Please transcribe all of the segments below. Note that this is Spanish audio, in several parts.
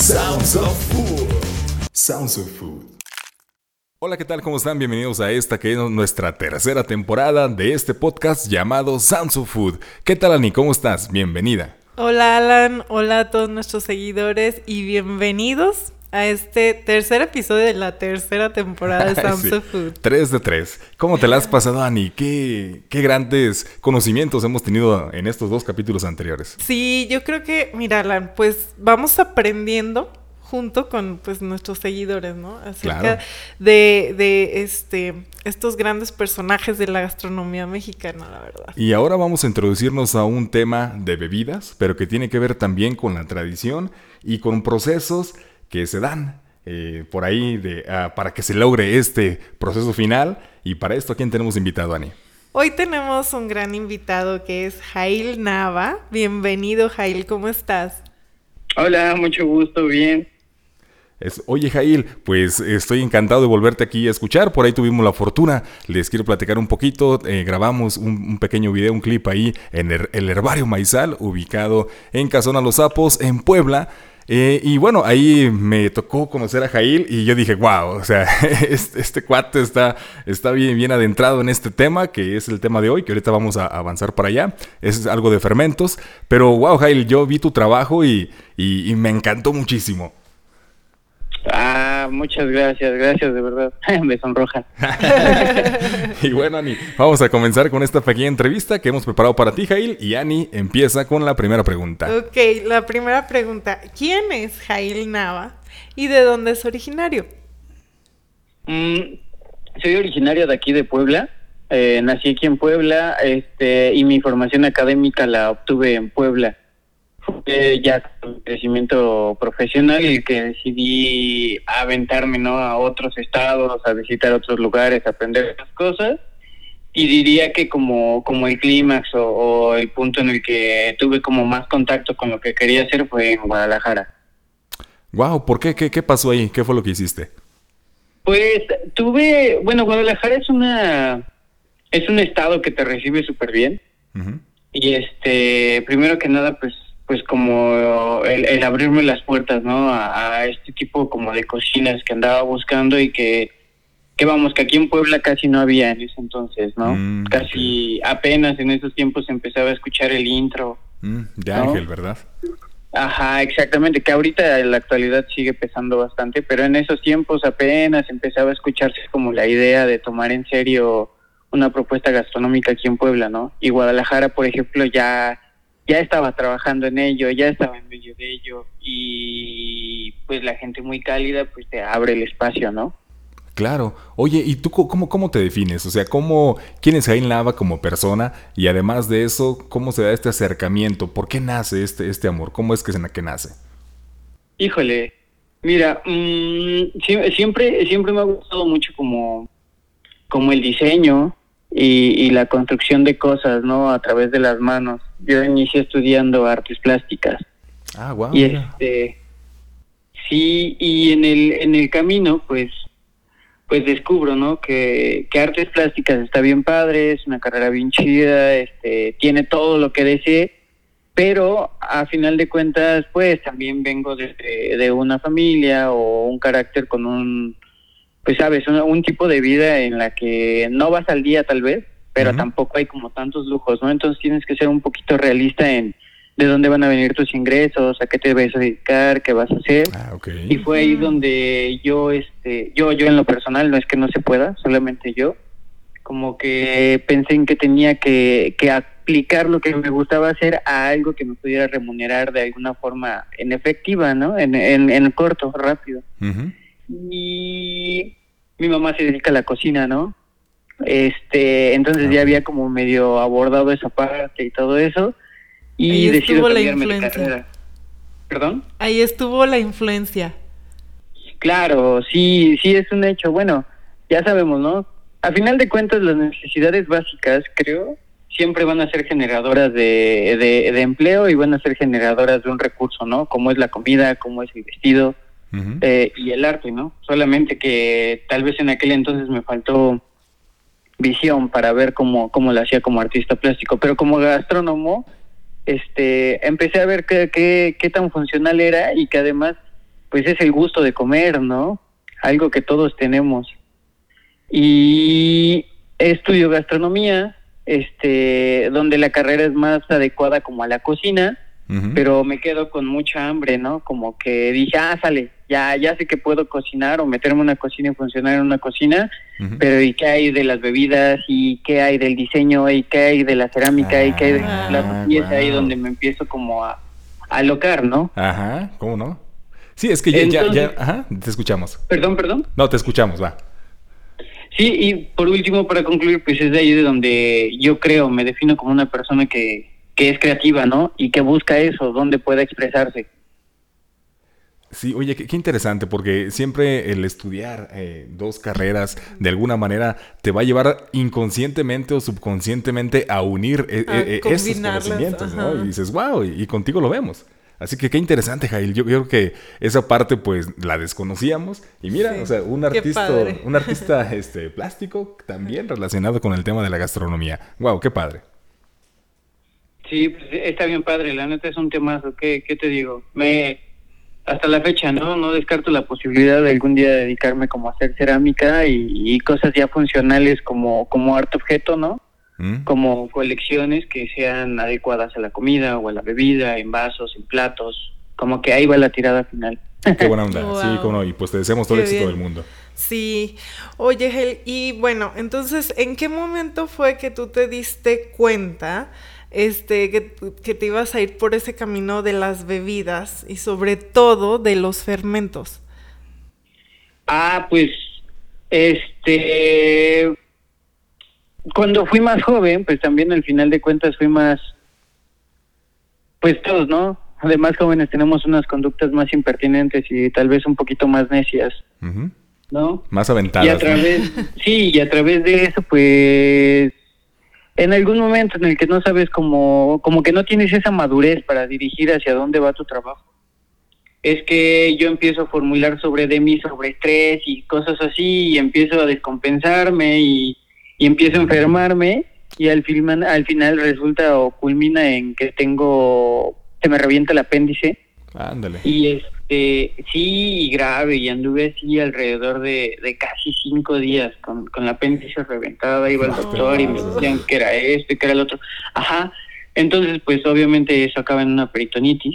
Sounds of Food. Sounds of Food. Hola, ¿qué tal? ¿Cómo están? Bienvenidos a esta que es nuestra tercera temporada de este podcast llamado Sounds of Food. ¿Qué tal, Ani? ¿Cómo estás? Bienvenida. Hola, Alan. Hola a todos nuestros seguidores y bienvenidos a este tercer episodio de la tercera temporada de Sounds of Food. 3 de 3. ¿Cómo te la has pasado, Ani? ¿Qué grandes conocimientos hemos tenido en estos dos capítulos anteriores? Sí, yo creo que, mira, Alan, pues vamos aprendiendo junto con pues nuestros seguidores, ¿no? Acerca de estos grandes personajes de la gastronomía mexicana, la verdad. Y ahora vamos a introducirnos a un tema de bebidas, pero que tiene que ver también con la tradición y con procesos que se dan por ahí para que se logre este proceso final. Y para esto, ¿a quién tenemos invitado, Ani? Hoy tenemos un gran invitado que es Jail Nava. Bienvenido, Jail, ¿cómo estás? Hola, mucho gusto, bien. Oye, Jail, pues estoy encantado de volverte aquí a escuchar. Por ahí tuvimos la fortuna, les quiero platicar un poquito. Grabamos un pequeño video, un clip ahí en el Herbario Maizal, ubicado en Casona Los Sapos, en Puebla. Y bueno, ahí me tocó conocer a Jail y yo dije, wow, o sea, este cuate está bien adentrado en este tema, que es el tema de hoy, que ahorita vamos a avanzar para allá. Es algo de fermentos, pero wow, Jail, yo vi tu trabajo y me encantó muchísimo. Muchas gracias, de verdad, me sonroja. Y bueno, Ani, vamos a comenzar con esta pequeña entrevista que hemos preparado para ti, Jail, y Ani empieza con la primera pregunta. Ok, la primera pregunta, ¿quién es Jail Nava y de dónde es originario? Soy originario de aquí de Puebla, nací aquí en Puebla, y mi formación académica la obtuve en Puebla. Ya con crecimiento profesional y que decidí aventarme, ¿no?, a otros estados, a visitar otros lugares, a aprender otras cosas. Y diría que como el clímax o el punto en el que tuve como más contacto con lo que quería hacer fue en Guadalajara. Wow, ¿por qué? ¿Qué pasó ahí? ¿Qué fue lo que hiciste? Pues Guadalajara es un estado que te recibe súper bien. Uh-huh. Y primero que nada, pues como el abrirme las puertas, ¿no?, a este tipo como de cocinas que andaba buscando y que aquí en Puebla casi no había en ese entonces, ¿no? Casi apenas en esos tiempos empezaba a escuchar el intro. De ¿no? Ángel, ¿verdad? Ajá, exactamente, que ahorita en la actualidad sigue pesando bastante, pero en esos tiempos apenas empezaba a escucharse como la idea de tomar en serio una propuesta gastronómica aquí en Puebla, ¿no? Y Guadalajara, por ejemplo, ya estaba trabajando en ello, ya estaba en medio de ello y pues la gente muy cálida pues te abre el espacio, ¿no? Claro. Oye, ¿y tú cómo te defines? O sea, ¿quién es Jail Nava como persona? Y además de eso, ¿cómo se da este acercamiento? ¿Por qué nace este amor? ¿Cómo es que nace? Híjole, mira, siempre me ha gustado mucho como el diseño y la construcción de cosas, ¿no?, a través de las manos. Yo inicié estudiando artes plásticas. Wow. Y sí, y en el camino, pues descubro, ¿no?, que artes plásticas está bien padre, es una carrera bien chida, tiene todo lo que deseé, pero a final de cuentas, pues también vengo de una familia o un carácter con un tipo de vida en la que no vas al día tal vez, pero tampoco hay como tantos lujos, ¿no? Entonces tienes que ser un poquito realista en de dónde van a venir tus ingresos, a qué te vas a dedicar, qué vas a hacer. Okay. Y fue ahí donde yo en lo personal, no es que no se pueda, solamente yo, como que pensé en que tenía que aplicar lo que me gustaba hacer a algo que me pudiera remunerar de alguna forma en efectiva, ¿no? En corto, rápido. Uh-huh. Y mi mamá se dedica a la cocina, ¿no? Entonces ya había como medio abordado esa parte y todo eso. Y decido cambiarme de carrera. ¿Perdón? Ahí estuvo la influencia. Claro, sí es un hecho. Bueno, ya sabemos, ¿no? A final de cuentas, las necesidades básicas, creo, siempre van a ser generadoras de empleo y van a ser generadoras de un recurso, ¿no? Como es la comida, como es el vestido. Uh-huh. Y el arte, ¿no? Solamente que tal vez en aquel entonces me faltó visión para ver cómo lo hacía como artista plástico, pero como gastrónomo empecé a ver qué tan funcional era y que además pues es el gusto de comer, ¿no? Algo que todos tenemos. Y estudio gastronomía, donde la carrera es más adecuada como a la cocina, pero me quedo con mucha hambre, ¿no? Como que dije, sale, ya sé que puedo cocinar o meterme en una cocina y funcionar en una cocina, pero ¿y qué hay de las bebidas? ¿Y qué hay del diseño? ¿Y qué hay de la cerámica? ¿Y qué hay de los platos? Y es ahí donde me empiezo como a alocar, ¿no? Ajá, ¿cómo no? Sí, es que Entonces, ajá, te escuchamos. Perdón. No, te escuchamos, va. Sí, y por último, para concluir, pues es de ahí de donde yo creo, me defino como una persona que es creativa, ¿no? Y que busca eso, donde pueda expresarse. Sí, oye, qué interesante, porque siempre el estudiar dos carreras de alguna manera te va a llevar inconscientemente o subconscientemente a unir esos conocimientos, ¿no? Y dices, wow, y contigo lo vemos. Así que qué interesante, Jail. Yo creo que esa parte pues la desconocíamos. Y mira, o sea, un artista plástico también relacionado con el tema de la gastronomía. Wow, qué padre. Sí, pues está bien padre, la neta es un temazo, ¿qué te digo? Hasta la fecha, no descarto la posibilidad de algún día dedicarme como a hacer cerámica y cosas ya funcionales como arte objeto, ¿no? Como colecciones que sean adecuadas a la comida o a la bebida, en vasos, en platos, como que ahí va la tirada final. Qué buena onda, wow. Sí, cómo no, y pues te deseamos todo el éxito del mundo. Sí, oye, Gel, y bueno, entonces, ¿en qué momento fue que tú te diste cuenta que te ibas a ir por ese camino de las bebidas y sobre todo de los fermentos? Pues, cuando fui más joven, pues también al final de cuentas fui más, pues todos, ¿no? Además jóvenes tenemos unas conductas más impertinentes y tal vez un poquito más necias, ¿no? Más aventadas. Y a través de eso, pues, en algún momento en el que no sabes como que no tienes esa madurez para dirigir hacia dónde va tu trabajo, es que yo empiezo a formular sobre estrés y cosas así, y empiezo a descompensarme y empiezo a enfermarme, y al final resulta o culmina en que se me revienta el apéndice. Ándale. Y sí, grave, y anduve así alrededor de casi 5 días con la apéndice reventada. Iba al doctor y me decían que era esto y que era el otro. Ajá, entonces pues obviamente eso acaba en una peritonitis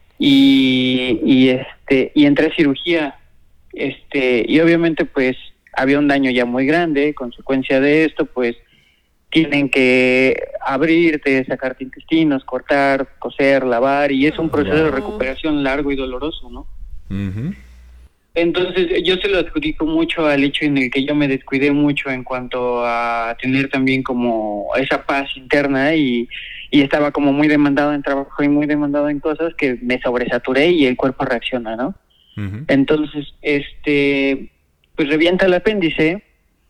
y entré a cirugía, y obviamente pues había un daño ya muy grande. Consecuencia de esto pues tienen que abrirte, sacarte intestinos, cortar, coser, lavar, y es un proceso de recuperación largo y doloroso, ¿no? Entonces yo se lo adjudico mucho al hecho en el que yo me descuidé mucho en cuanto a tener también como esa paz interna, y estaba como muy demandado en trabajo y muy demandado en cosas que me sobresaturé y el cuerpo reacciona, ¿no? Entonces, pues revienta el apéndice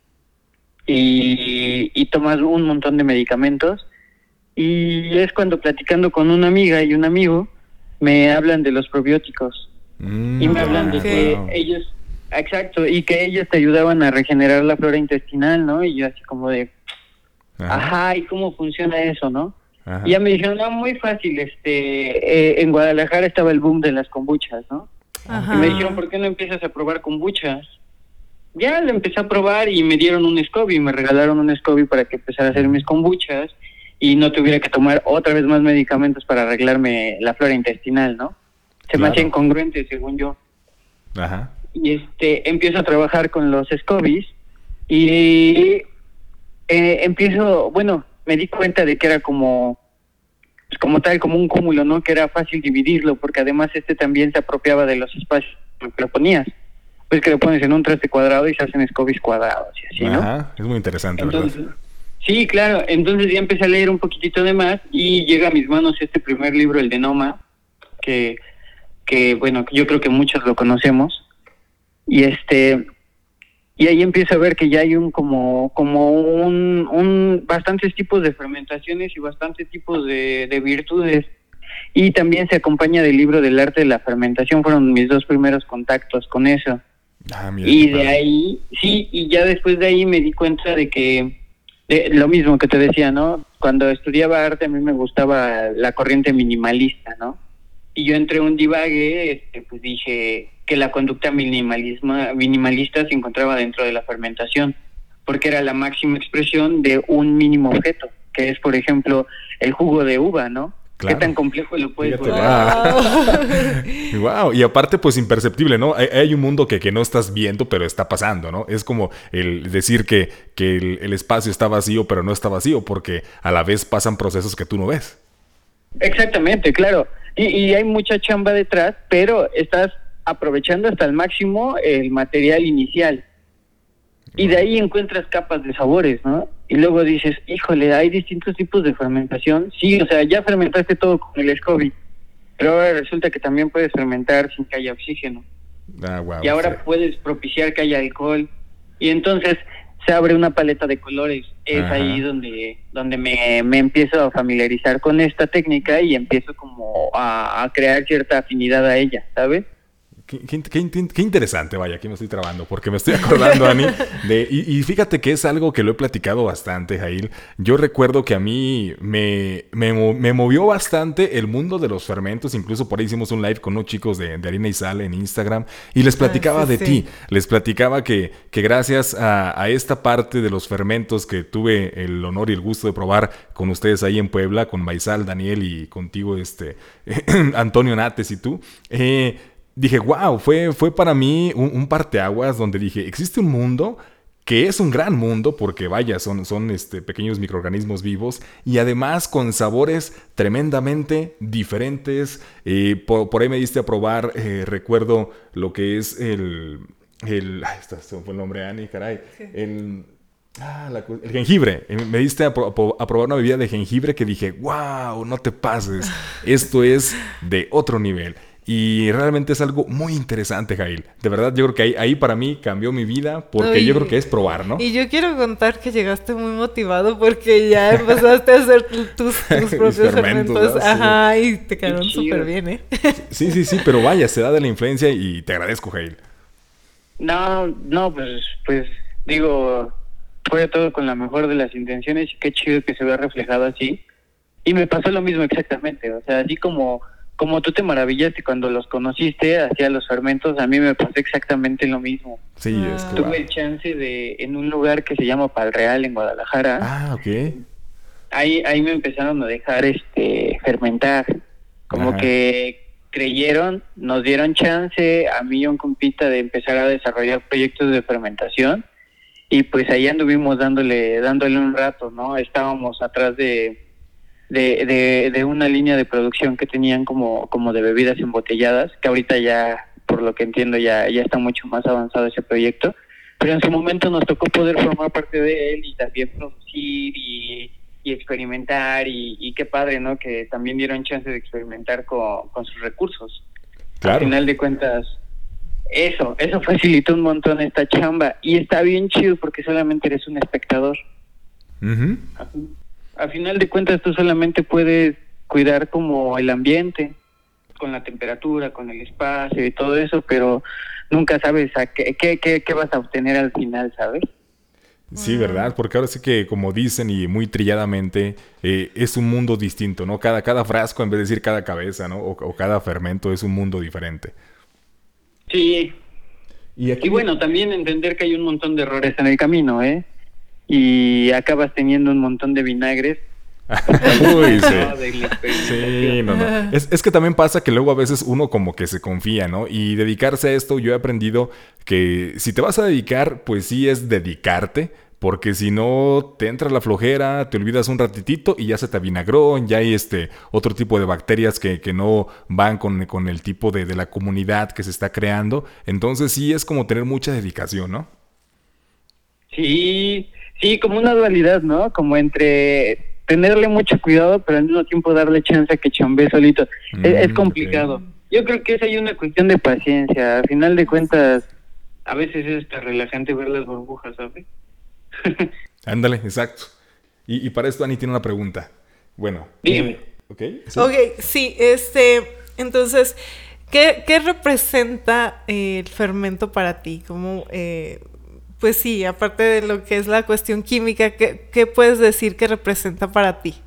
y tomas un montón de medicamentos, y es cuando platicando con una amiga y un amigo me hablan de los probióticos y me hablan de que ellos, exacto, y que ellos te ayudaban a regenerar la flora intestinal, ¿no? Y yo así como de, ¿y cómo funciona eso, no? Y ya me dijeron, no, muy fácil, en Guadalajara estaba el boom de las kombuchas, ¿no? Y me dijeron, ¿por qué no empiezas a probar kombuchas? Ya le empecé a probar y me dieron un SCOBY, me regalaron un SCOBY para que empezara a hacer mis kombuchas y no tuviera que tomar otra vez más medicamentos para arreglarme la flora intestinal, ¿no? Se me hacía incongruente, según yo. Y empiezo a trabajar con los SCOBYs y me di cuenta de que era como tal, como un cúmulo, ¿no? Que era fácil dividirlo, porque además también se apropiaba de los espacios que lo ponías. Pues que lo pones en un traste cuadrado y se hacen SCOBYs cuadrados y así, ¿no? Es muy interesante, entonces, ¿verdad? Sí, claro. Entonces ya empecé a leer un poquitito de más y llega a mis manos este primer libro, el de Noma, que bueno, yo creo que muchos lo conocemos. Y y ahí empiezo a ver que ya hay como bastantes tipos de fermentaciones y bastantes tipos de virtudes. Y también se acompaña del libro del arte de la fermentación. Fueron mis 2 primeros contactos con eso. Mira, y de ahí, sí, y ya después de ahí me di cuenta de que, lo mismo que te decía, ¿no? Cuando estudiaba arte a mí me gustaba la corriente minimalista, ¿no? Y yo entre un divague, pues dije, que la conducta minimalista se encontraba dentro de la fermentación, porque era la máxima expresión de un mínimo objeto, que es, por ejemplo, el jugo de uva, ¿no? Claro. ¿Qué tan complejo lo puedes volver? Wow. Y aparte, pues imperceptible, ¿no? Hay un mundo que no estás viendo, pero está pasando, ¿no? Es como el decir que el espacio está vacío, pero no está vacío, porque a la vez pasan procesos que tú no ves. Exactamente, claro. Y hay mucha chamba detrás, pero estás aprovechando hasta el máximo el material inicial. Y de ahí encuentras capas de sabores, ¿no? Y luego dices, híjole, hay distintos tipos de fermentación. Sí, o sea, ya fermentaste todo con el SCOBY, pero ahora resulta que también puedes fermentar sin que haya oxígeno. Wow, y ahora puedes propiciar que haya alcohol. Y entonces se abre una paleta de colores. Es ahí donde me empiezo a familiarizar con esta técnica y empiezo como a crear cierta afinidad a ella, ¿sabes? Qué interesante, vaya, aquí me estoy trabando, porque me estoy acordando, Ani, y fíjate que es algo que lo he platicado bastante, Jail. Yo recuerdo que a mí me movió bastante el mundo de los fermentos, incluso por ahí hicimos un live con unos chicos de Harina y Sal en Instagram, y les platicaba de ti, les platicaba que gracias a esta parte de los fermentos que tuve el honor y el gusto de probar con ustedes ahí en Puebla, con Maizal, Daniel y contigo, Antonio Nates y tú, dije, wow, fue para mí un parteaguas donde dije, existe un mundo que es un gran mundo porque vaya, son pequeños microorganismos vivos y además con sabores tremendamente diferentes. Por ahí me diste a probar, recuerdo lo que es el se me fue el nombre, Ani, caray. El jengibre. Me diste a probar una bebida de jengibre que dije, wow, no te pases, esto es de otro nivel. Y realmente es algo muy interesante, Jail. De verdad, yo creo que ahí para mí cambió mi vida porque yo creo que es probar, ¿no? Y yo quiero contar que llegaste muy motivado porque ya empezaste a hacer tus propios fermentos. Ajá, y te quedaron súper bien, ¿eh? Sí, pero vaya, se da de la influencia y te agradezco, Jail. No, pues digo, fue todo con la mejor de las intenciones y qué chido que se vea reflejado así. Y me pasó lo mismo exactamente, o sea, así como tú te maravillaste cuando los conociste, hacía los fermentos, a mí me pasó exactamente lo mismo. Sí, es que tuve el chance en un lugar que se llama Palreal en Guadalajara. Ok. Ahí me empezaron a dejar fermentar, como que creyeron, nos dieron chance a mí y a un compita de empezar a desarrollar proyectos de fermentación y pues ahí anduvimos dándole un rato, ¿no? Estábamos atrás de una línea de producción que tenían como de bebidas embotelladas, que ahorita ya, por lo que entiendo, ya está mucho más avanzado ese proyecto, pero en su momento nos tocó poder formar parte de él y también producir y experimentar y qué padre, ¿no? Que también dieron chance de experimentar con sus recursos. Claro. Al final de cuentas, eso facilitó un montón esta chamba y está bien chido porque solamente eres un espectador. Uh-huh. A final de cuentas tú solamente puedes cuidar como el ambiente, con la temperatura, con el espacio y todo eso, pero nunca sabes a qué vas a obtener al final, ¿sabes? Sí, ¿verdad? Porque ahora sí que, como dicen y muy trilladamente, es un mundo distinto, ¿no? Cada frasco, en vez de decir cada cabeza, ¿no? O cada fermento es un mundo diferente. Sí. Y bueno, también entender que hay un montón de errores en el camino, ¿eh? Y acabas teniendo un montón de vinagres. Uy, sí. Sí, no. Es que también pasa que luego a veces uno como que se confía, ¿no? Y dedicarse a esto, yo he aprendido que si te vas a dedicar, pues sí es dedicarte, porque si no te entra la flojera, te olvidas un ratitito y ya se te avinagró, ya hay otro tipo de bacterias que no van con el tipo de la comunidad que se está creando. Entonces sí es como tener mucha dedicación, ¿no? Sí, como una dualidad, ¿no? Como entre tenerle mucho cuidado, pero al mismo tiempo darle chance a que chambee solito. Es complicado. Okay. Yo creo que hay una cuestión de paciencia. Al final de cuentas, a veces es relajante ver las burbujas, ¿sabes? Ándale, exacto. Y para esto Ani tiene una pregunta. Bueno. Dime. ¿Sí? Sí, entonces, ¿qué representa el fermento para ti? ¿Cómo, pues sí, aparte de lo que es la cuestión química, ¿qué puedes decir que representa para ti?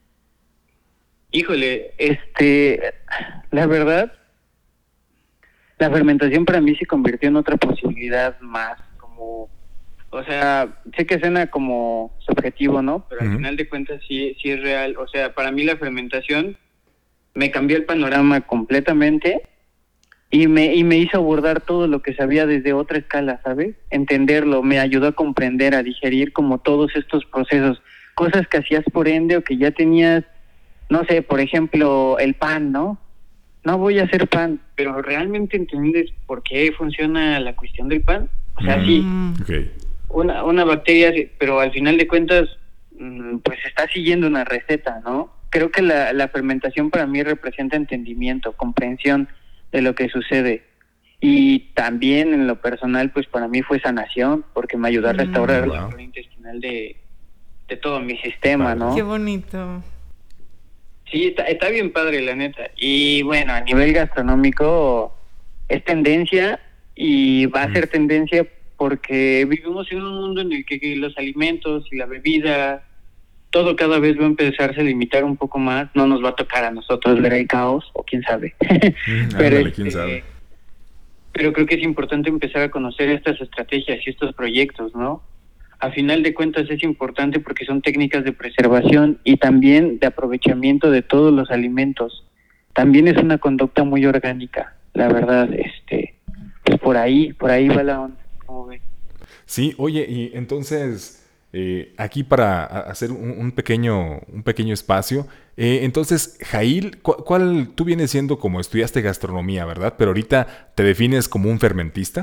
Híjole, la verdad, la fermentación para mí se convirtió en otra posibilidad más, como, o sea, sé que suena como subjetivo, ¿no? Pero al final de cuentas sí es real. O sea, para mí la fermentación me cambió el panorama completamente y me hizo abordar todo lo que sabía desde otra escala, ¿sabes? Entenderlo, me ayudó a comprender, a digerir como todos estos procesos, cosas que hacías por ende o que ya tenías, no sé, por ejemplo, el pan, ¿no? No voy a hacer pan, pero ¿realmente entiendes por qué funciona la cuestión del pan? O sea, sí, okay. una bacteria, pero al final de cuentas, pues está siguiendo una receta, ¿no? Creo que la fermentación para mí representa entendimiento, comprensión de lo que sucede. Y también en lo personal, pues para mí fue sanación, porque me ayudó a restaurar la flora intestinal de todo mi sistema, ¿no? Qué bonito. Sí, está bien padre, la neta. Y bueno, a nivel gastronómico es tendencia y va a ser tendencia porque vivimos en un mundo en el que los alimentos y la bebida, todo cada vez va a empezarse a limitar un poco más. No nos va a tocar a nosotros ver el caos, o quién sabe. Ándale, quién sabe. Pero creo que es importante empezar a conocer estas estrategias y estos proyectos, ¿no? A final de cuentas es importante porque son técnicas de preservación y también de aprovechamiento de todos los alimentos. También es una conducta muy orgánica, la verdad, pues por ahí va la onda, ¿cómo ves? Sí, oye, y entonces, aquí para hacer un pequeño espacio, entonces, Jail, ¿cuál tú vienes siendo como estudiaste gastronomía, verdad? Pero ahorita te defines como un fermentista.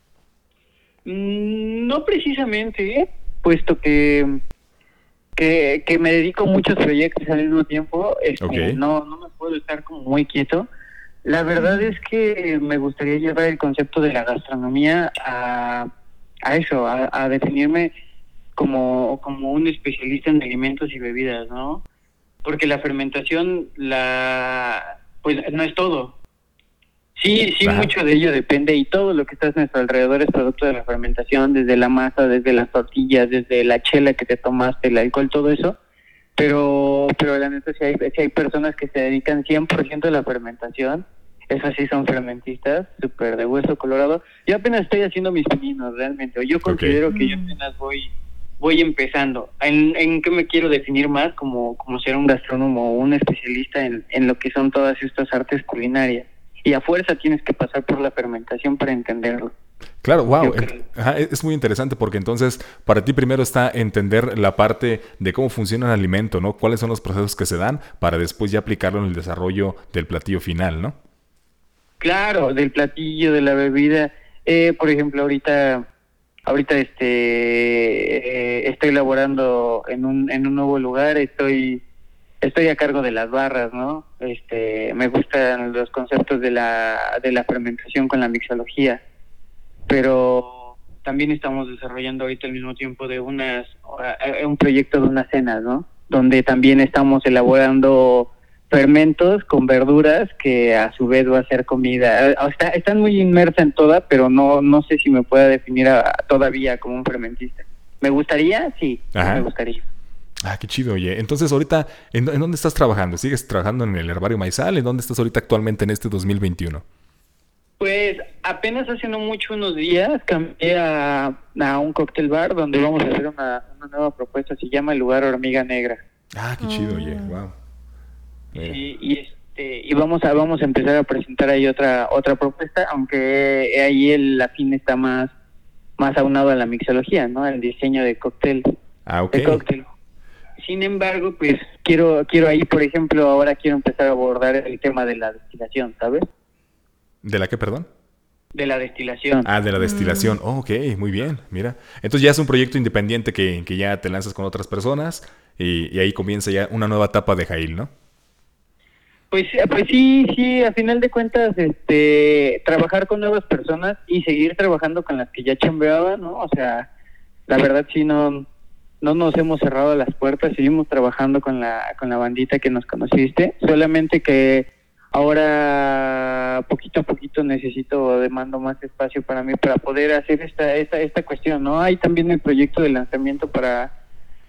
No precisamente, puesto que me dedico a muchos proyectos al mismo tiempo, Okay. no me puedo estar como muy quieto. La verdad es que me gustaría llevar el concepto de la gastronomía a eso, a definirme como un especialista en alimentos y bebidas, ¿no? Porque la fermentación, pues no es todo. Sí, mucho de ello depende y todo lo que está a nuestro alrededor es producto de la fermentación, desde la masa, desde las tortillas, desde la chela que te tomaste, el alcohol, todo eso. Pero la neta, si hay personas que se dedican 100% a la fermentación, esas sí son fermentistas, súper de hueso colorado. Yo apenas estoy haciendo mis pininos realmente, o yo considero que yo apenas voy empezando. ¿En qué me quiero definir más? Como ser un gastrónomo o un especialista en lo que son todas estas artes culinarias. Y a fuerza tienes que pasar por la fermentación para entenderlo. Claro, wow. Ajá, es muy interesante porque entonces para ti primero está entender la parte de cómo funciona el alimento, ¿no? Cuáles son los procesos que se dan para después ya aplicarlo en el desarrollo del platillo final, ¿no? Claro, del platillo, de la bebida. Por ejemplo, ahorita estoy laborando en un nuevo lugar, estoy a cargo de las barras, ¿no? Me gustan los conceptos de la fermentación con la mixología, pero también estamos desarrollando ahorita al mismo tiempo un proyecto de unas cenas, ¿no? Donde también estamos elaborando fermentos con verduras que a su vez va a ser comida. Están muy inmersa en toda, pero no sé si me pueda definir todavía como un fermentista. ¿Me gustaría? Sí, me gustaría. Ah, qué chido, oye. Entonces, ahorita, ¿en dónde estás trabajando? ¿Sigues trabajando en el Herbario Maizal? ¿En dónde estás ahorita actualmente en este 2021? Pues apenas hace no mucho, unos días, cambié a un cóctel bar donde vamos a hacer una nueva propuesta. Se llama el Lugar Hormiga Negra. Ah, qué chido, oye. Wow. Sí, y vamos a empezar a presentar ahí otra propuesta, aunque ahí la fin está más aunado a la mixología, ¿no? El diseño de cóctel. Ah, ok. De cóctel. Sin embargo, pues quiero ahí, por ejemplo, ahora quiero empezar a abordar el tema de la destilación, ¿sabes? ¿De la qué, perdón? De la destilación. Ah, de la destilación. Oh, ok, muy bien, mira. Entonces ya es un proyecto independiente que ya te lanzas con otras personas y ahí comienza ya una nueva etapa de Jail, ¿no? Pues sí, a final de cuentas, trabajar con nuevas personas y seguir trabajando con las que ya chambeaban, ¿no? O sea, la verdad sí no nos hemos cerrado las puertas, seguimos trabajando con la bandita que nos conociste, solamente que ahora poquito a poquito demando más espacio para mí para poder hacer esta cuestión, ¿no? Hay también el proyecto de lanzamiento para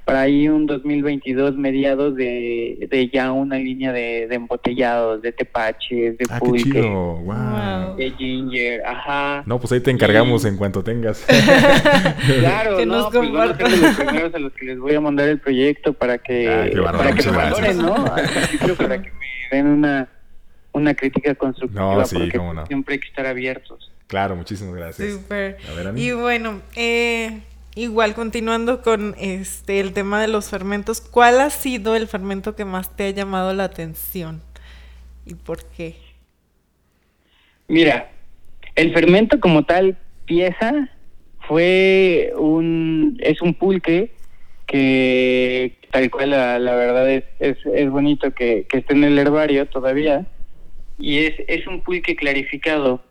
para ahí un 2022 mediados de ya una línea de embotellados, de tepaches, de pulque, qué chido, wow. de ginger, ajá. No, pues ahí te encargamos en cuanto tengas. Claro, que no, nos pues van a ser de compartan. los primeros a los que les voy a mandar el proyecto para que qué bárbaro, para que muchas lo valoren, gracias. ¿no? Al principio, para que me den una crítica constructiva, No, sí, porque cómo no. siempre hay que estar abiertos. Claro, muchísimas gracias. Súper. A ver, Ani. Y bueno, igual continuando con el tema de los fermentos, ¿cuál ha sido el fermento que más te ha llamado la atención? ¿Y por qué? Mira, el fermento como tal, pieza, es un pulque que tal cual la verdad es bonito que esté en el herbario todavía, y es un pulque clarificado.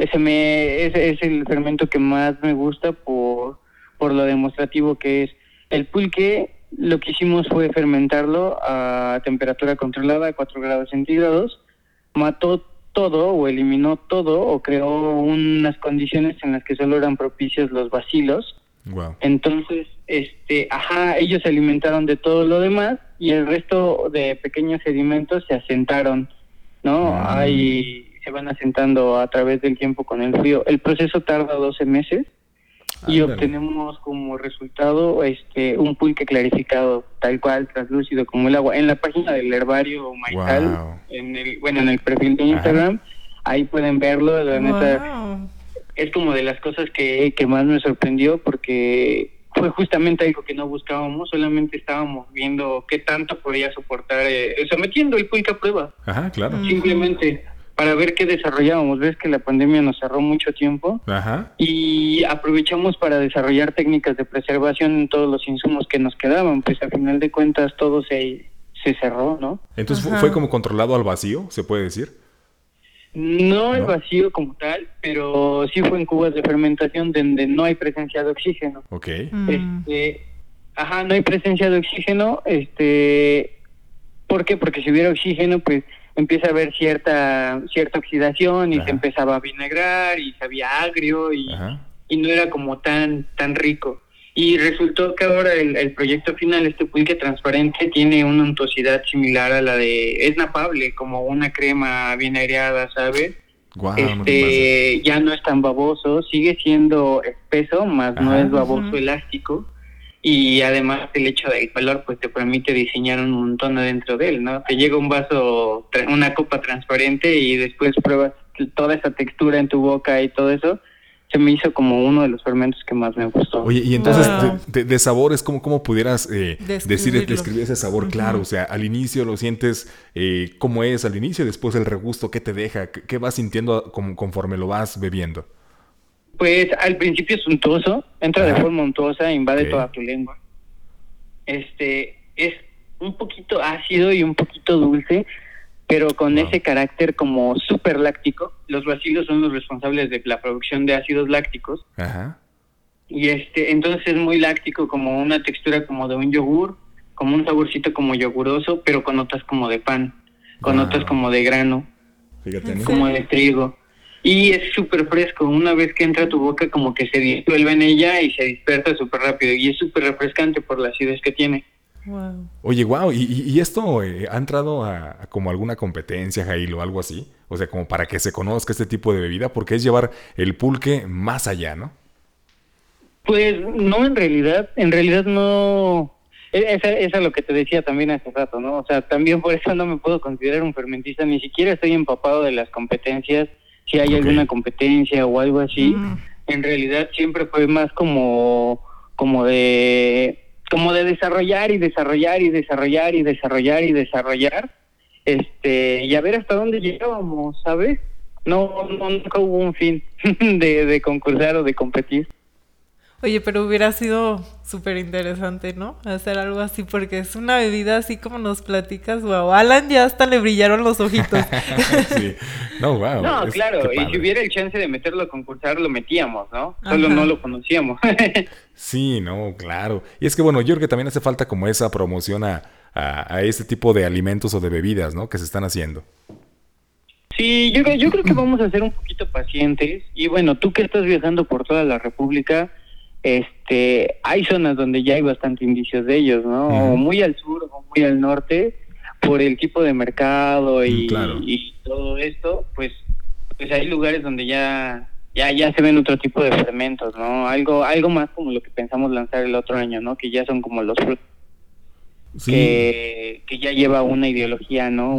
Ese es el fermento que más me gusta por lo demostrativo que es. El pulque, lo que hicimos fue fermentarlo a temperatura controlada, a 4 grados centígrados, mató todo o eliminó todo o creó unas condiciones en las que solo eran propicios los bacilos. Wow. Entonces, ellos se alimentaron de todo lo demás y el resto de pequeños sedimentos se asentaron, ¿no? Ahí se van asentando a través del tiempo con el frío. El proceso tarda 12 meses y obtenemos como resultado un pulque clarificado, tal cual, translúcido como el agua. En la página del herbario Maizal, en el perfil de Instagram, ahí pueden verlo. La neta, es como de las cosas que más me sorprendió, porque fue justamente algo que no buscábamos, solamente estábamos viendo qué tanto podía soportar, sometiendo el pulque a prueba. Ajá, claro. Simplemente para ver qué desarrollábamos. Ves que la pandemia nos cerró mucho tiempo. Ajá. Y aprovechamos para desarrollar técnicas de preservación en todos los insumos que nos quedaban, pues a final de cuentas todo se cerró, ¿no? Entonces fue como controlado al vacío, ¿se puede decir? No el vacío como tal, pero sí fue en cubas de fermentación donde no hay presencia de oxígeno. Ok. No hay presencia de oxígeno, ¿por qué? Porque si hubiera oxígeno, pues empieza a haber cierta oxidación y se empezaba a vinagrar y sabía agrio y no era como tan rico. Y resultó que ahora el proyecto final, este pulque transparente, tiene una untuosidad similar a la es napable, como una crema vinagreada, ¿sabes? Guau, ya no es tan baboso, sigue siendo espeso, más no es baboso elástico. Y además el hecho del color pues te permite diseñar un montón adentro de él, ¿no? Te llega un vaso, una copa transparente y después pruebas toda esa textura en tu boca y todo eso. Se me hizo como uno de los fermentos que más me gustó. Oye, y entonces de sabores, ¿cómo pudieras describir ese sabor? Claro, o sea, al inicio lo sientes cómo es al inicio, después el regusto, ¿qué te deja? ¿Qué vas sintiendo conforme lo vas bebiendo? Pues al principio es untuoso, entra de forma untuosa, invade toda tu lengua. Es un poquito ácido y un poquito dulce, pero con ese carácter como súper láctico. Los bacilos son los responsables de la producción de ácidos lácticos. Y entonces es muy láctico, como una textura como de un yogur, como un saborcito como yoguroso, pero con notas como de pan, con notas como de grano, como de trigo. Y es súper fresco, una vez que entra a tu boca como que se disuelve en ella y se dispersa súper rápido, y es súper refrescante por la acidez que tiene. Wow. Oye, wow, ¿y esto ha entrado a como alguna competencia, Jail, o algo así? O sea, como para que se conozca este tipo de bebida, porque es llevar el pulque más allá, ¿no? Pues no, en realidad no. Es lo que te decía también hace rato, ¿no? O sea, también por eso no me puedo considerar un fermentista, ni siquiera estoy empapado de las competencias. Si hay alguna competencia o algo así, en realidad siempre fue más como de desarrollar y desarrollar y desarrollar y desarrollar y desarrollar, y a ver hasta dónde llegábamos, ¿sabes? Nunca hubo un fin de concursar o de competir. Oye, pero hubiera sido súper interesante, ¿no? Hacer algo así, porque es una bebida así como nos platicas, wow. Alan ya hasta le brillaron los ojitos. Sí. No, wow. No, claro, y si hubiera el chance de meterlo a concursar, lo metíamos, ¿no? Solo no lo conocíamos. Sí, no, claro. Y es que, bueno, yo creo que también hace falta como esa promoción a este tipo de alimentos o de bebidas, ¿no? Que se están haciendo. Sí, yo creo que vamos a ser un poquito pacientes. Y bueno, tú que estás viajando por toda la República, hay zonas donde ya hay bastante indicios de ellos, ¿no? O muy al sur o muy al norte, por el tipo de mercado y todo esto, pues hay lugares donde ya se ven otro tipo de fermentos, ¿no? Algo más como lo que pensamos lanzar el otro año, ¿no? Que ya son como los frutos. Sí. Que ya lleva una ideología, ¿no?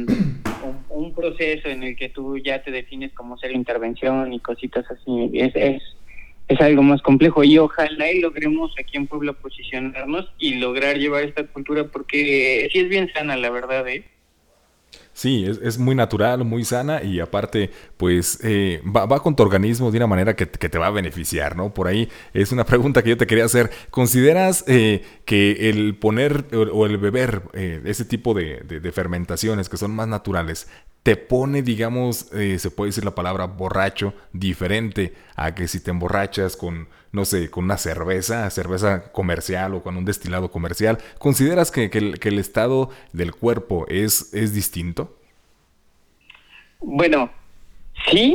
Un proceso en el que tú ya te defines como ser intervención y cositas así. Es algo más complejo y ojalá y logremos aquí en Puebla posicionarnos y lograr llevar esta cultura, porque sí es bien sana, la verdad, ¿eh? Sí, es muy natural, muy sana y aparte, pues va con tu organismo de una manera que te va a beneficiar, ¿no? Por ahí es una pregunta que yo te quería hacer. ¿Consideras que el poner o el beber ese tipo de fermentaciones que son más naturales te pone, digamos, se puede decir la palabra borracho, diferente a que si te emborrachas con, no sé, con una cerveza comercial o con un destilado comercial? ¿Consideras que el estado del cuerpo es distinto? Bueno, sí,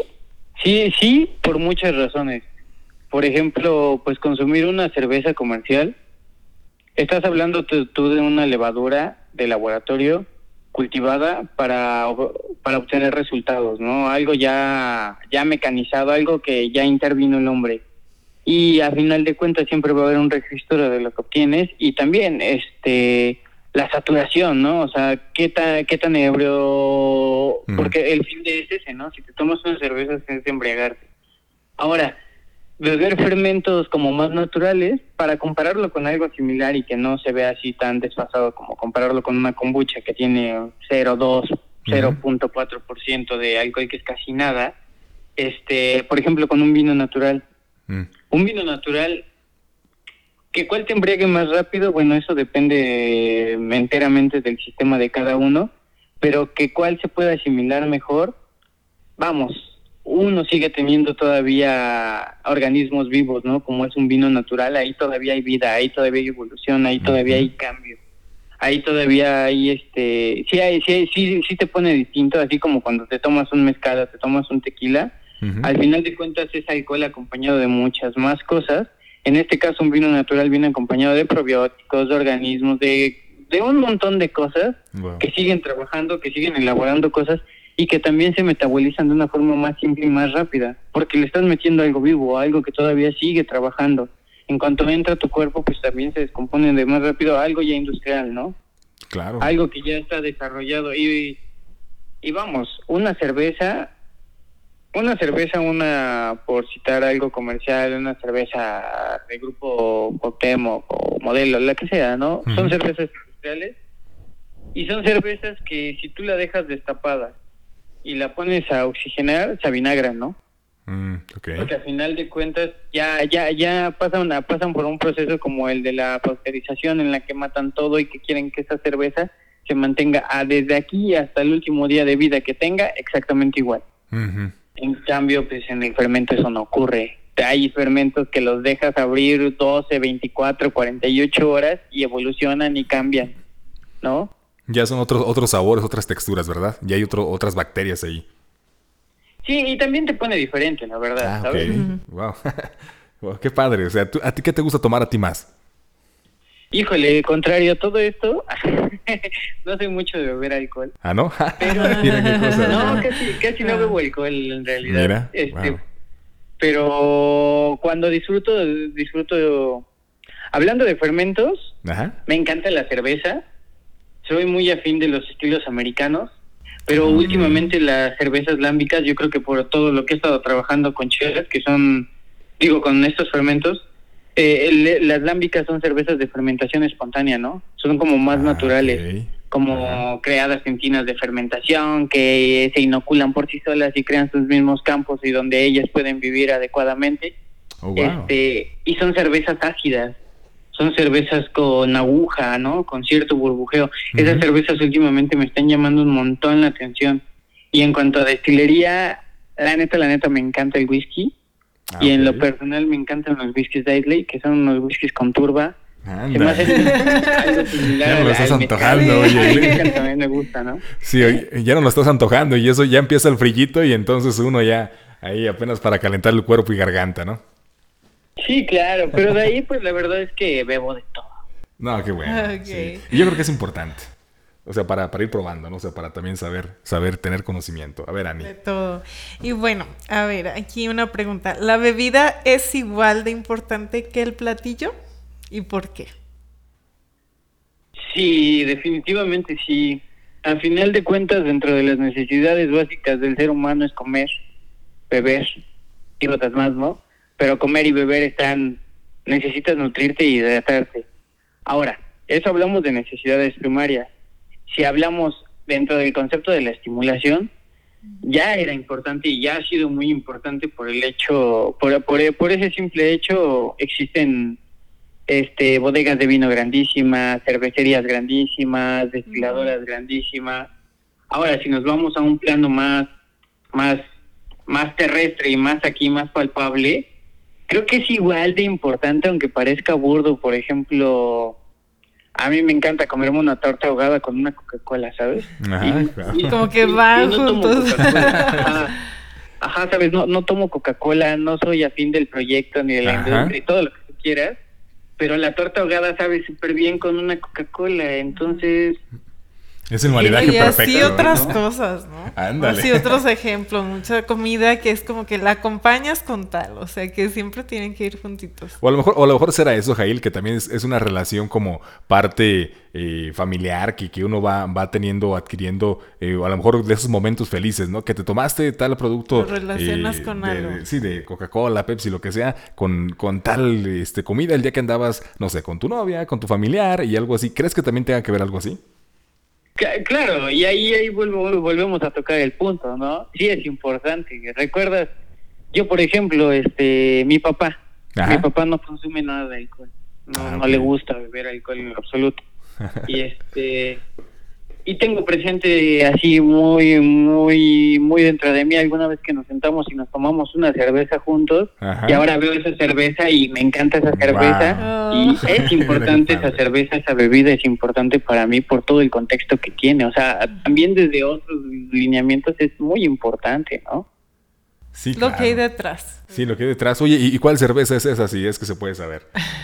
por muchas razones. Por ejemplo, pues consumir una cerveza comercial, estás hablando tú de una levadura de laboratorio cultivada para obtener resultados, ¿no? Algo ya mecanizado, algo que ya intervino el hombre. Y a final de cuentas siempre va a haber un registro de lo que obtienes y también la saturación, ¿no? O sea, qué tan ebrio, porque el fin de ese, ¿no? Si te tomas una cerveza es de embriagarte. Ahora, beber fermentos como más naturales, para compararlo con algo similar y que no se vea así tan desfasado como compararlo con una kombucha que tiene 0.2, 0.4% de alcohol, que es casi nada, por ejemplo, con un vino natural. Un vino natural, ¿que cuál te embriague más rápido? Bueno, eso depende enteramente del sistema de cada uno, pero que cuál se pueda asimilar mejor, vamos, uno sigue teniendo todavía organismos vivos, ¿no? Como es un vino natural, ahí todavía hay vida, ahí todavía hay evolución, ahí todavía hay cambio, ahí todavía hay sí te pone distinto, así como cuando te tomas un mezcal o te tomas un tequila, al final de cuentas es alcohol acompañado de muchas más cosas. En este caso un vino natural viene acompañado de probióticos, de organismos, de un montón de cosas que siguen trabajando, que siguen elaborando cosas y que también se metabolizan de una forma más simple y más rápida, porque le estás metiendo algo vivo, algo que todavía sigue trabajando. En cuanto entra a tu cuerpo, pues también se descompone de más rápido, algo ya industrial, ¿no? Claro. Algo que ya está desarrollado. Y vamos, una cerveza, por citar algo comercial, una cerveza de grupo Cuauhtémoc o Modelo, la que sea, ¿no? Son cervezas industriales y son cervezas que si tú la dejas destapada y la pones a oxigenar, se avinagran, ¿no? Okay. Porque al final de cuentas ya pasan por un proceso como el de la pasteurización, en la que matan todo y que quieren que esa cerveza se mantenga desde aquí hasta el último día de vida que tenga exactamente igual. En cambio, pues en el fermento eso no ocurre. Hay fermentos que los dejas abrir 12, 24, 48 horas y evolucionan y cambian, ¿no? Ya son otros sabores, otras texturas, ¿verdad? Ya hay otras bacterias ahí. Sí, y también te pone diferente, la verdad, ¿sabes? Wow. Wow, qué padre. O sea, ¿a ti qué te gusta tomar a ti más? Híjole, contrario a todo esto, no soy mucho de beber alcohol. ¿Ah, no? Pero, mira qué cosa. No, casi no bebo alcohol en realidad. Mira, wow. Pero cuando disfruto, hablando de fermentos, me encanta la cerveza. Soy muy afín de los estilos americanos, pero últimamente las cervezas lámbicas, yo creo que por todo lo que he estado trabajando con chelas, que son, con estos fermentos, las lámbicas son cervezas de fermentación espontánea, ¿no? Son como más naturales, como creadas en tinas de fermentación, que se inoculan por sí solas y crean sus mismos campos y donde ellas pueden vivir adecuadamente. Y son cervezas ácidas. Son cervezas con aguja, ¿no? Con cierto burbujeo. Esas cervezas últimamente me están llamando un montón la atención. Y en cuanto a destilería, la neta me encanta el whisky. Y en lo personal me encantan los whiskies Daisley, que son unos whiskies con turba. Se me hacen algo similar. Ya no lo estás antojando, oye. También me gusta, ¿no? Sí, ya no lo estás antojando y eso ya empieza el frillito y entonces uno ya ahí apenas para calentar el cuerpo y garganta, ¿no? Sí, claro, pero de ahí pues la verdad es que bebo de todo. No, qué bueno. Ok. Sí. Y yo creo que es importante. O sea, para ir probando, ¿no? O sea, para también saber tener conocimiento. A ver, Ani. De todo. Y bueno, a ver, aquí una pregunta. ¿La bebida es igual de importante que el platillo? ¿Y por qué? Sí, definitivamente sí. A final de cuentas, dentro de las necesidades básicas del ser humano es comer, beber y otras más, ¿no? Pero comer y beber necesitas nutrirte y hidratarte. Ahora, eso hablamos de necesidades primarias. Si hablamos dentro del concepto de la estimulación, ya era importante y ya ha sido muy importante por el hecho, por ese simple hecho existen bodegas de vino grandísimas, cervecerías grandísimas, destiladoras grandísimas. Ahora, si nos vamos a un plano más terrestre y más aquí, más palpable, creo que es igual de importante, aunque parezca burdo. Por ejemplo, a mí me encanta comerme una torta ahogada con una Coca-Cola, ¿sabes? Como que van no juntos. Ajá, ¿sabes? No tomo Coca-Cola, no soy afín del proyecto ni de la industria y todo lo que tú quieras, pero la torta ahogada sabe súper bien con una Coca-Cola, entonces... Es el maridaje perfecto. Y así otras cosas, ¿no? Ándale. Así otros ejemplos, mucha comida que es como que la acompañas con tal, o sea que siempre tienen que ir juntitos. O a lo mejor será eso, Jail, que también es una relación como parte familiar que uno va teniendo, adquiriendo, a lo mejor de esos momentos felices, ¿no? Que te tomaste tal producto. Lo relacionas con algo. Sí, de Coca-Cola, Pepsi, lo que sea, con tal comida el día que andabas, no sé, con tu novia, con tu familiar y algo así. ¿Crees que también tenga que ver algo así? Claro, y ahí volvemos a tocar el punto, ¿no? Sí es importante. ¿Recuerdas? Yo, por ejemplo, mi papá no consume nada de alcohol. No le gusta beber alcohol en lo absoluto. Y tengo presente así muy, muy, muy dentro de mí alguna vez que nos sentamos y nos tomamos una cerveza juntos. Ajá. Y ahora veo esa cerveza y me encanta esa cerveza. Wow. Y es importante esa cerveza, esa bebida es importante para mí por todo el contexto que tiene. O sea, también desde otros lineamientos es muy importante, ¿no? Sí, claro. Lo que hay detrás. Sí, lo que hay detrás. Oye, ¿y cuál cerveza es esa? Si es que se puede saber.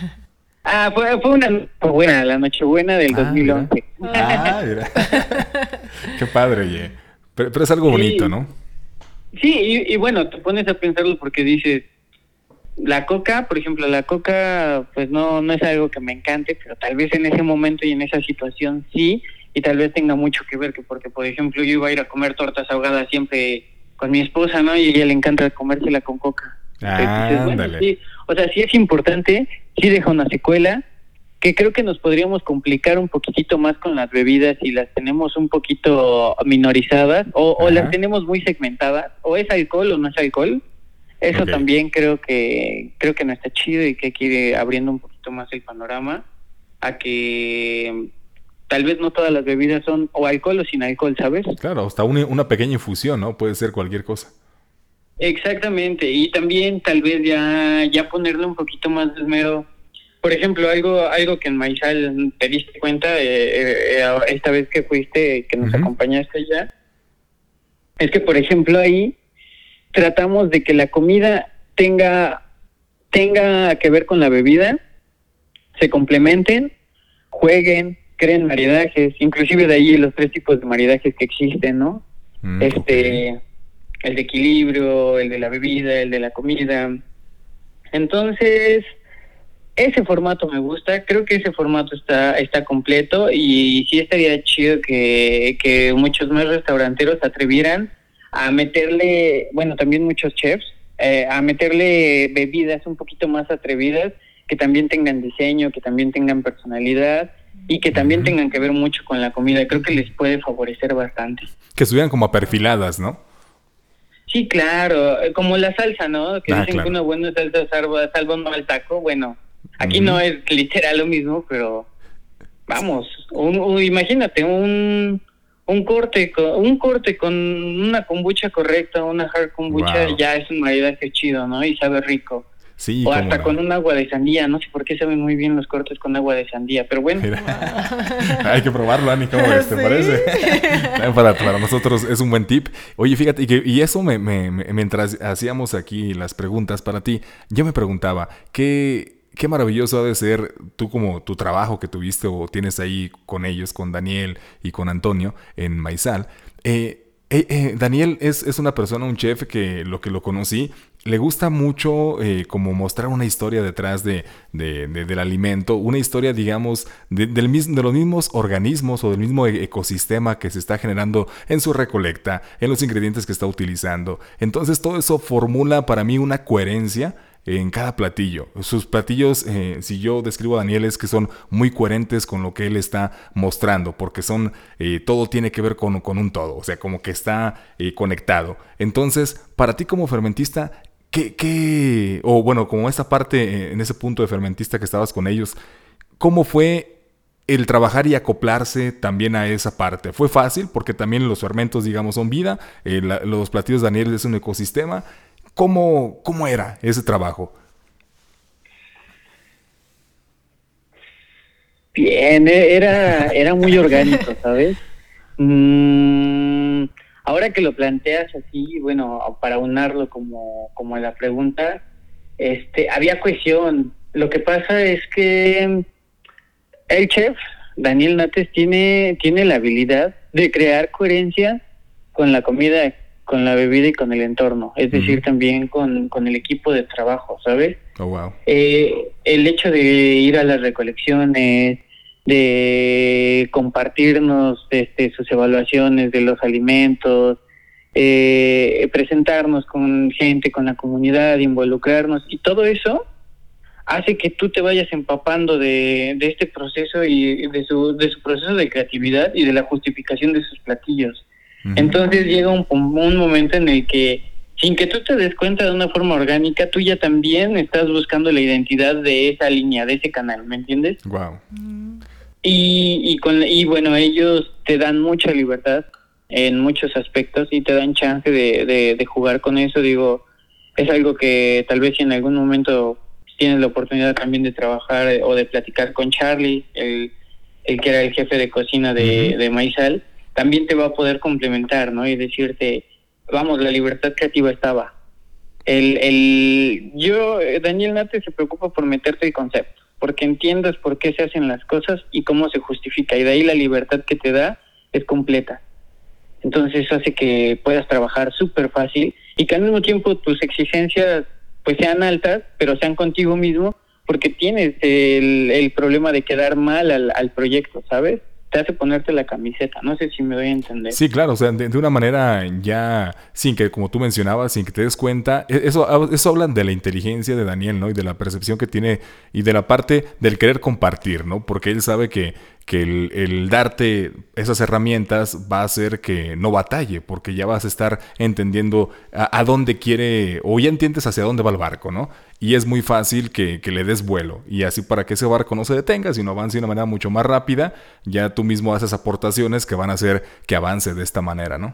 Fue una buena, la Nochebuena del 2011. Mira. Qué padre, oye. Pero es algo bonito, ¿no? Sí, y bueno, te pones a pensarlo porque dices, la Coca, por ejemplo, pues no es algo que me encante, pero tal vez en ese momento y en esa situación sí, y tal vez tenga mucho que ver, porque por ejemplo yo iba a ir a comer tortas ahogadas siempre con mi esposa, ¿no? Y a ella le encanta comérsela con Coca. Entonces, bueno, sí, o sea, sí es importante, sí deja una secuela, que creo que nos podríamos complicar un poquitito más con las bebidas si las tenemos un poquito minorizadas o las tenemos muy segmentadas, o es alcohol o no es alcohol. Eso también creo que no está chido y que hay que ir abriendo un poquito más el panorama a que tal vez no todas las bebidas son o alcohol o sin alcohol, ¿sabes? Claro, hasta una pequeña infusión, ¿no? Puede ser cualquier cosa. Exactamente, y también tal vez ya ponerle un poquito más de esmero. Por ejemplo, algo que en Maizal te diste cuenta esta vez que fuiste, que nos acompañaste allá, es que por ejemplo ahí tratamos de que la comida tenga que ver con la bebida, se complementen, jueguen, creen maridajes, inclusive de ahí los 3 tipos de maridajes que existen, ¿no? El de equilibrio, el de la bebida, el de la comida. Entonces, ese formato me gusta, creo que ese formato está completo y sí estaría chido que muchos más restauranteros se atrevieran a meterle, bueno, también muchos chefs, a meterle bebidas un poquito más atrevidas, que también tengan diseño, que también tengan personalidad y que también tengan que ver mucho con la comida. Creo que les puede favorecer bastante. Que estuvieran como aperfiladas, ¿no? Sí, claro, como la salsa, ¿no? Que dicen que una buena salsa salva un mal taco. Bueno, aquí no es literal lo mismo, pero vamos, imagínate un corte con una kombucha correcta, una hard kombucha, ya es un maridaje chido, ¿no? Y sabe rico. Sí, o hasta con un agua de sandía. No sé por qué saben muy bien los cortes con agua de sandía, pero bueno. Hay que probarlo, Ani, ¿cómo es? ¿Te parece? Para nosotros es un buen tip. Oye, fíjate, y eso mientras hacíamos aquí las preguntas para ti, yo me preguntaba, qué maravilloso ha de ser tú como tu trabajo que tuviste o tienes ahí con ellos, con Daniel y con Antonio en Maizal. Daniel es una persona, un chef que lo conocí, le gusta mucho como mostrar una historia detrás del alimento, una historia, digamos, de los mismos organismos o del mismo ecosistema que se está generando en su recolecta, en los ingredientes que está utilizando. Entonces todo eso formula para mí una coherencia en cada platillo. Sus platillos, si yo describo a Daniel, es que son muy coherentes con lo que él está mostrando, porque todo tiene que ver con un todo, o sea, como que está conectado. Entonces, para ti como fermentista, o bueno, como esa parte, en ese punto de fermentista que estabas con ellos, ¿cómo fue el trabajar y acoplarse también a esa parte? ¿Fue fácil? Porque también los fermentos, digamos, son vida, los platillos de Daniel es un ecosistema. ¿Cómo era ese trabajo? Bien, era muy orgánico, ¿sabes? Ahora que lo planteas así, bueno, para unarlo como a la pregunta, había cohesión. Lo que pasa es que el chef, Daniel Nates, tiene la habilidad de crear coherencia con la comida, con la bebida y con el entorno, es decir, también con el equipo de trabajo, ¿sabes? Oh, wow. El hecho de ir a las recolecciones, de compartirnos sus evaluaciones de los alimentos, presentarnos con gente, con la comunidad, involucrarnos, y todo eso hace que tú te vayas empapando de este proceso y de su proceso de creatividad y de la justificación de sus platillos. Entonces llega un momento en el que, sin que tú te des cuenta, de una forma orgánica, tú ya también estás buscando la identidad de esa línea, de ese canal, ¿me entiendes? Wow. Y bueno, ellos te dan mucha libertad en muchos aspectos y te dan chance de jugar con eso. Digo, es algo que tal vez si en algún momento tienes la oportunidad también de trabajar o de platicar con Charlie, el que era el jefe de cocina de Maizal, también te va a poder complementar, ¿no? Y decirte, vamos, la libertad creativa estaba. Daniel Nates se preocupa por meterte el concepto, porque entiendas por qué se hacen las cosas y cómo se justifica, y de ahí la libertad que te da es completa. Entonces eso hace que puedas trabajar súper fácil y que al mismo tiempo tus exigencias pues sean altas, pero sean contigo mismo, porque tienes el problema de quedar mal al proyecto, ¿sabes? Te hace ponerte la camiseta, no sé si me doy a entender. Sí, claro, o sea, de una manera ya, sin que, como tú mencionabas, sin que te des cuenta, eso hablan de la inteligencia de Daniel, ¿no? Y de la percepción que tiene, y de la parte del querer compartir, ¿no? Porque él sabe que el darte esas herramientas va a hacer que no batalle, porque ya vas a estar entendiendo a dónde quiere, o ya entiendes hacia dónde va el barco, ¿no? Y es muy fácil que le des vuelo, y así para que ese barco no se detenga, sino avance de una manera mucho más rápida, ya tú mismo haces aportaciones que van a hacer que avance de esta manera, ¿no?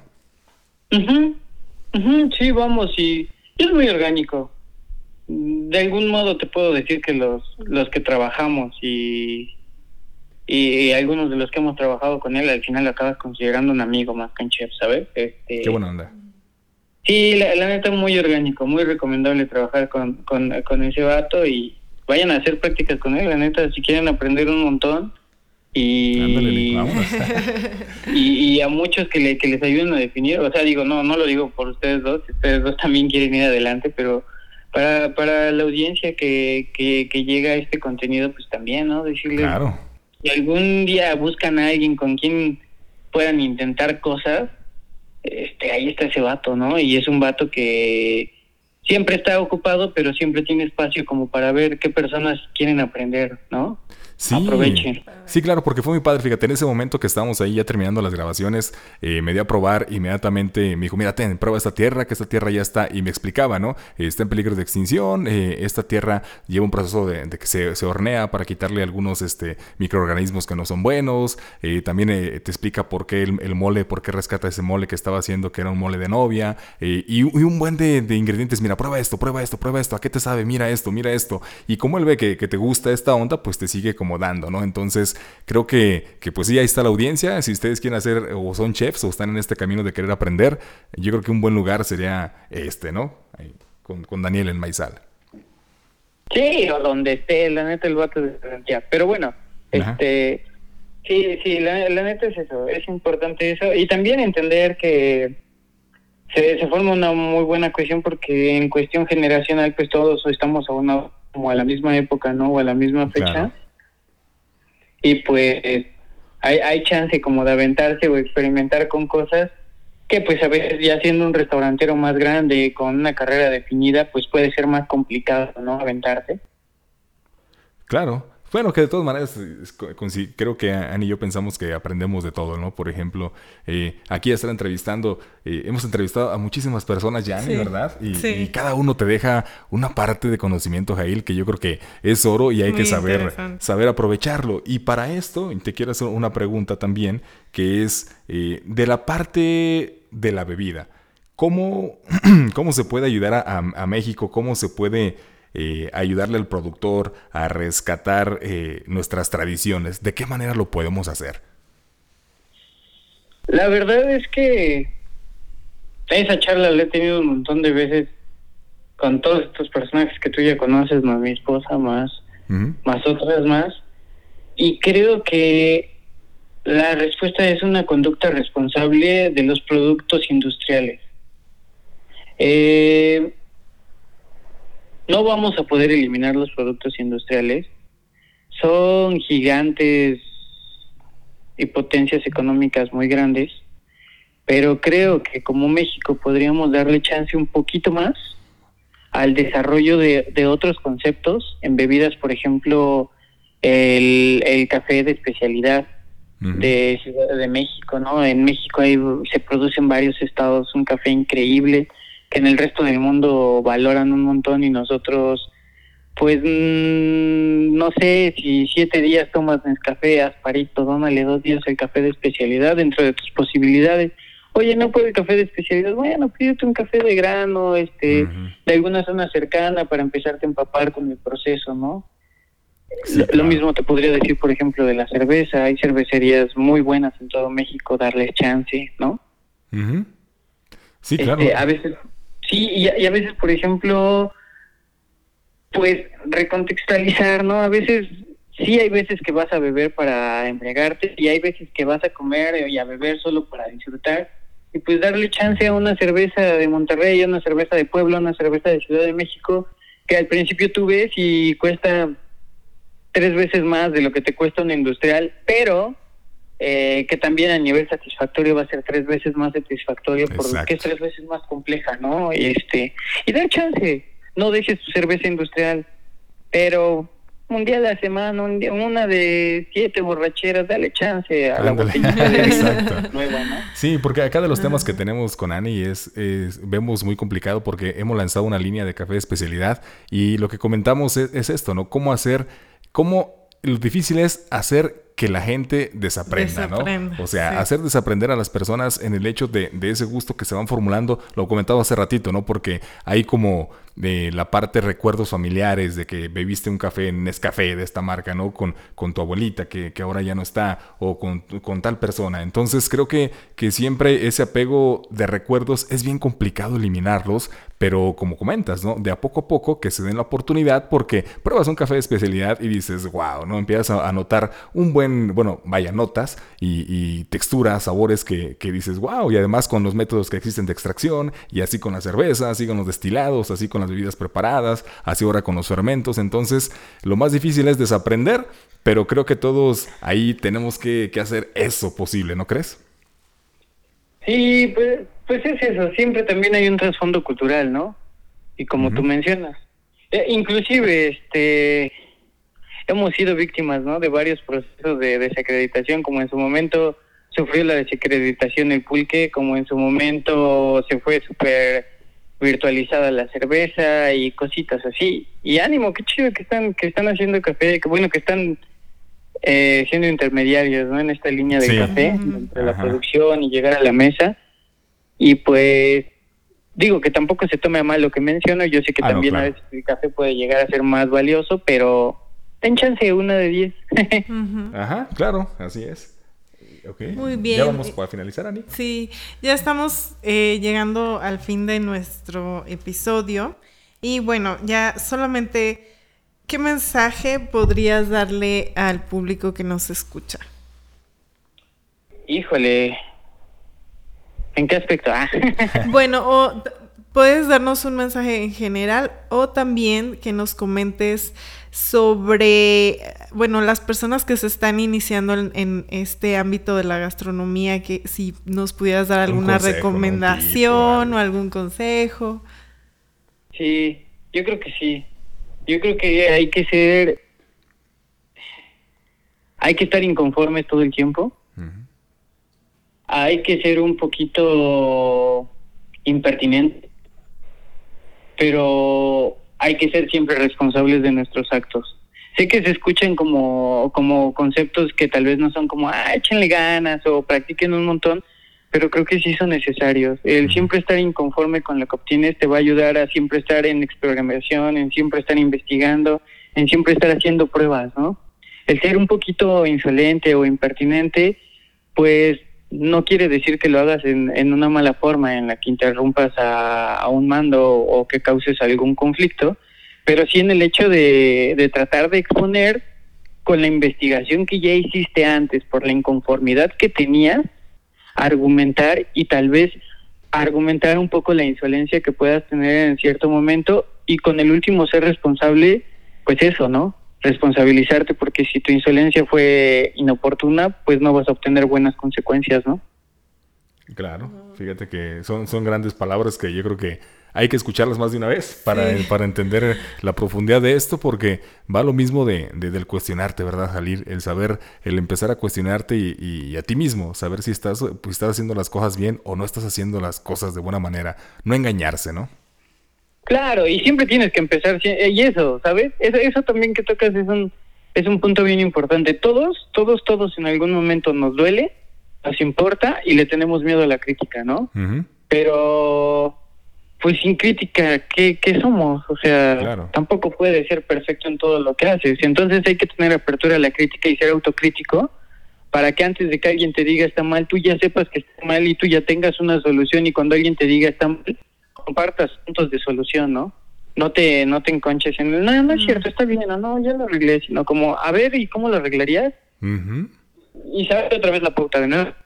Sí, vamos, y es muy orgánico. De algún modo te puedo decir que los que trabajamos y algunos de los que hemos trabajado con él, al final lo acabas considerando un amigo más que un chef, ¿sabes? Qué buena onda. Sí, la neta muy orgánico, muy recomendable trabajar con ese vato, y vayan a hacer prácticas con él, la neta, si quieren aprender un montón, y a muchos que les ayuden a definir, o sea, digo, no lo digo por ustedes dos también quieren ir adelante, pero para la audiencia que llega a este contenido, pues también, ¿no? Decirles, claro, si algún día buscan a alguien con quien puedan intentar cosas, ahí está ese vato, ¿no? Y es un vato que siempre está ocupado, pero siempre tiene espacio como para ver qué personas quieren aprender, ¿no? aprovechen. Sí, claro, porque fue muy padre. Fíjate, en ese momento que estábamos ahí ya terminando las grabaciones, me dio a probar inmediatamente. Me dijo, mira, prueba esta tierra, que esta tierra ya está. Y me explicaba, ¿no? Está en peligro de extinción. Esta tierra lleva un proceso de que se hornea para quitarle algunos microorganismos que no son buenos. También te explica por qué el mole, por qué rescata ese mole que estaba haciendo, que era un mole de novia. Y un buen de ingredientes. Mira, prueba esto, prueba esto, prueba esto. ¿A qué te sabe? Mira esto, mira esto. Y como él ve que te gusta esta onda, pues te sigue como dando, ¿no? Entonces, creo que pues sí, ahí está la audiencia. Si ustedes quieren hacer o son chefs o están en este camino de querer aprender, yo creo que un buen lugar sería ¿no? Ahí, con Daniel en Maizal. Sí, o donde esté, la neta el vato de garantía. Pero bueno, sí, la neta es eso, es importante eso. Y también entender que se forma una muy buena cuestión porque en cuestión generacional pues todos estamos como a la misma época, ¿no? O a la misma fecha. Claro. Y pues hay chance como de aventarse o experimentar con cosas que pues a veces ya siendo un restaurantero más grande con una carrera definida pues puede ser más complicado, ¿no? Aventarse. Claro. Bueno, que de todas maneras, creo que Ani y yo pensamos que aprendemos de todo, ¿no? Por ejemplo, aquí estar entrevistando, hemos entrevistado a muchísimas personas ya, Ani, ¿verdad? Y cada uno te deja una parte de conocimiento, Jail, que yo creo que es oro y hay que saber aprovecharlo. Y para esto, te quiero hacer una pregunta también, que es de la parte de la bebida. ¿Cómo se puede ayudar a México? ¿Cómo se puede ayudarle al productor a rescatar nuestras tradiciones? ¿De qué manera lo podemos hacer? La verdad es que esa charla la he tenido un montón de veces con todos estos personajes que tú ya conoces, más mi esposa, más otras más, y creo que la respuesta es una conducta responsable de los productos industriales. No vamos a poder eliminar los productos industriales. Son gigantes y potencias económicas muy grandes, pero creo que como México podríamos darle chance un poquito más al desarrollo de otros conceptos en bebidas, por ejemplo, el café de especialidad de Ciudad de México, ¿no? En México se produce en varios estados un café increíble que en el resto del mundo valoran un montón y nosotros, pues, no sé, si 7 días tomas Nescafé, Asparito, dónale 2 días el café de especialidad dentro de tus posibilidades. Oye, no puedo el café de especialidad, bueno, pídete un café de grano, de alguna zona cercana para empezarte a empapar con el proceso, ¿no? Sí, lo mismo te podría decir, por ejemplo, de la cerveza. Hay cervecerías muy buenas en todo México, darles chance, ¿no? Sí, claro. A veces... Sí, y a veces, por ejemplo, pues recontextualizar, ¿no? A veces, sí hay veces que vas a beber para embriagarte y hay veces que vas a comer y a beber solo para disfrutar. Y pues darle chance a una cerveza de Monterrey, a una cerveza de Puebla, a una cerveza de Ciudad de México, que al principio tú ves y cuesta 3 veces más de lo que te cuesta una industrial, pero... que también a nivel satisfactorio va a ser 3 veces más satisfactorio porque es 3 veces más compleja, ¿no? Y dar chance, no dejes tu cerveza industrial, pero un día a la semana, una de 7 borracheras, dale chance a la botellita de nueva, ¿no? Sí, porque acá de los temas que tenemos con Ani vemos muy complicado porque hemos lanzado una línea de café de especialidad y lo que comentamos es esto, ¿no? Lo difícil es hacer que la gente desaprenda, ¿no? O sea, hacer desaprender a las personas en el hecho de ese gusto que se van formulando. Lo comentaba hace ratito, ¿no? Porque hay como la parte de recuerdos familiares de que bebiste un café en Nescafé de esta marca, ¿no? Con tu abuelita que ahora ya no está o con tal persona. Entonces creo que siempre ese apego de recuerdos es bien complicado eliminarlos, pero como comentas, ¿no? De a poco que se den la oportunidad porque pruebas un café de especialidad y dices, wow, ¿no? Empiezas a notar un buen, notas y texturas, sabores que dices, wow, y además con los métodos que existen de extracción y así con la cerveza, así con los destilados, así con las bebidas preparadas, así ahora con los fermentos. Entonces, lo más difícil es desaprender, pero creo que todos ahí tenemos que hacer eso posible, ¿no crees? Sí, pues es eso, siempre también hay un trasfondo cultural, ¿no? Y como tú mencionas, inclusive, hemos sido víctimas, ¿no? De varios procesos de desacreditación, como en su momento sufrió la desacreditación el pulque, como en su momento se fue súper virtualizada la cerveza y cositas así. Y ánimo, qué chido que están haciendo café, que bueno que están siendo intermediarios, ¿no? En esta línea del café, entre la producción y llegar a la mesa. Y pues digo que tampoco se tome a mal lo que menciono, yo sé que también a veces el café puede llegar a ser más valioso, pero ten chance, 1 de 10. Ajá, claro, así es. Okay. Muy bien. Ya vamos para finalizar, Ani. Sí, ya estamos llegando al fin de nuestro episodio. Y bueno, ya solamente, ¿qué mensaje podrías darle al público que nos escucha? Híjole, ¿en qué aspecto? Bueno, puedes darnos un mensaje en general o también que nos comentes sobre, bueno, las personas que se están iniciando en este ámbito de la gastronomía, que si nos pudieras dar alguna recomendación o algún consejo. Sí, yo creo que sí. Yo creo que hay que estar inconformes todo el tiempo. Hay que ser un poquito impertinente, pero hay que ser siempre responsables de nuestros actos. Sé que se escuchan como conceptos que tal vez no son como, échenle ganas o practiquen un montón, pero creo que sí son necesarios. El siempre estar inconforme con lo que obtienes te va a ayudar a siempre estar en exploración, en siempre estar investigando, en siempre estar haciendo pruebas, ¿no? El ser un poquito insolente o impertinente, pues no quiere decir que lo hagas en una mala forma, en la que interrumpas a un mando o que causes algún conflicto, pero sí en el hecho de tratar de exponer con la investigación que ya hiciste antes, por la inconformidad que tenías, argumentar y tal vez argumentar un poco la insolencia que puedas tener en cierto momento y con el último ser responsable, pues eso, ¿no? Responsabilizarte, porque si tu insolencia fue inoportuna, pues no vas a obtener buenas consecuencias, ¿no? Claro, fíjate que son grandes palabras que yo creo que hay que escucharlas más de una vez para entender la profundidad de esto, porque va lo mismo del cuestionarte, ¿verdad, Jalil? El saber, el empezar a cuestionarte y a ti mismo, saber si estás haciendo las cosas bien o no estás haciendo las cosas de buena manera, no engañarse, ¿no? Claro, y siempre tienes que empezar, y eso, ¿sabes? Eso también que tocas es un punto bien importante. Todos en algún momento nos duele, nos importa y le tenemos miedo a la crítica, ¿no? Pero, pues sin crítica, ¿qué somos? O sea, tampoco puedes ser perfecto en todo lo que haces. Entonces hay que tener apertura a la crítica y ser autocrítico para que antes de que alguien te diga está mal, tú ya sepas que está mal y tú ya tengas una solución, y cuando alguien te diga está mal, compartas puntos de solución, ¿no? No te enconches en no es cierto, está bien, no, ya lo arreglé, sino como, a ver, ¿y cómo lo arreglarías? Y sabes otra vez la pauta de nuevo.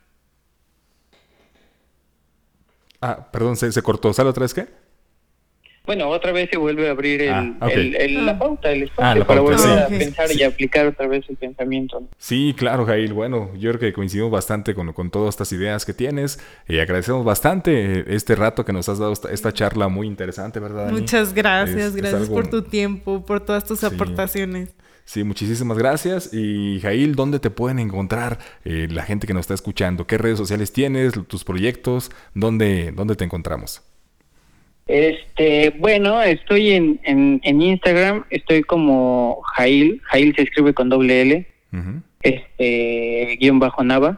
Perdón, se cortó. ¿Sale otra vez qué? Bueno, otra vez se vuelve a abrir la pauta, el espacio para volver a pensar y aplicar otra vez el pensamiento. Sí, claro, Jail. Bueno, yo creo que coincidimos bastante con todas estas ideas que tienes y agradecemos bastante este rato que nos has dado esta charla muy interesante, ¿verdad, Dani? Muchas gracias, gracias por tu tiempo, por todas tus aportaciones. Sí, muchísimas gracias. Y Jail, ¿dónde te pueden encontrar la gente que nos está escuchando? ¿Qué redes sociales tienes? ¿Tus proyectos? ¿Dónde te encontramos? Bueno, estoy en Instagram, estoy como Jail se escribe con doble L, _Nava.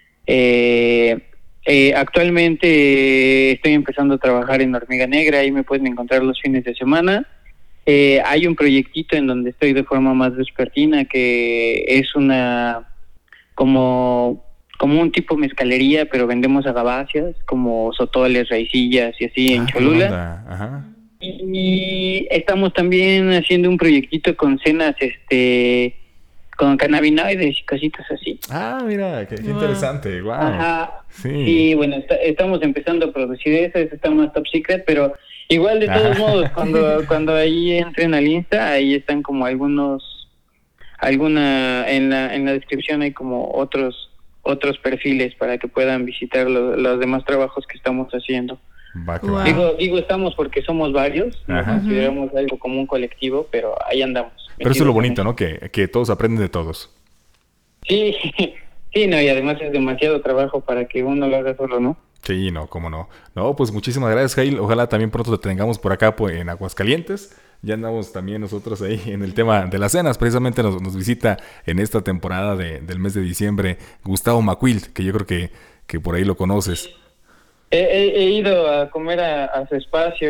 Actualmente estoy empezando a trabajar en Hormiga Negra, ahí me pueden encontrar los fines de semana. Hay un proyectito en donde estoy de forma más vespertina, que es una como un tipo mezcalería, pero vendemos agaváceas como sotoles, raicillas y así en Cholula. Ajá. Y estamos también haciendo un proyectito con cenas con cannabinoides y cositas así. Mira, qué interesante. Wow. Ajá. Sí. Y bueno, estamos empezando a producir eso está más top secret, pero igual de todos modos, cuando ahí entren al Insta, ahí están como en la descripción hay como otros perfiles para que puedan visitar los demás trabajos que estamos haciendo. Va que Wow. va. Digo estamos porque somos varios, nos Ajá. consideramos algo como un colectivo, pero ahí andamos. Pero eso es lo bonito, ¿no? Que todos aprenden de todos. Sí, sí, no, y además es demasiado trabajo para que uno lo haga solo, ¿no? Sí, no, cómo no. No, pues muchísimas gracias, Jail. Ojalá también pronto te tengamos por acá en Aguascalientes. Ya andamos también nosotros ahí en el tema de las cenas. Precisamente nos visita en esta temporada del mes de diciembre Gustavo Macuil, que yo creo que por ahí lo conoces. He ido a comer a su espacio,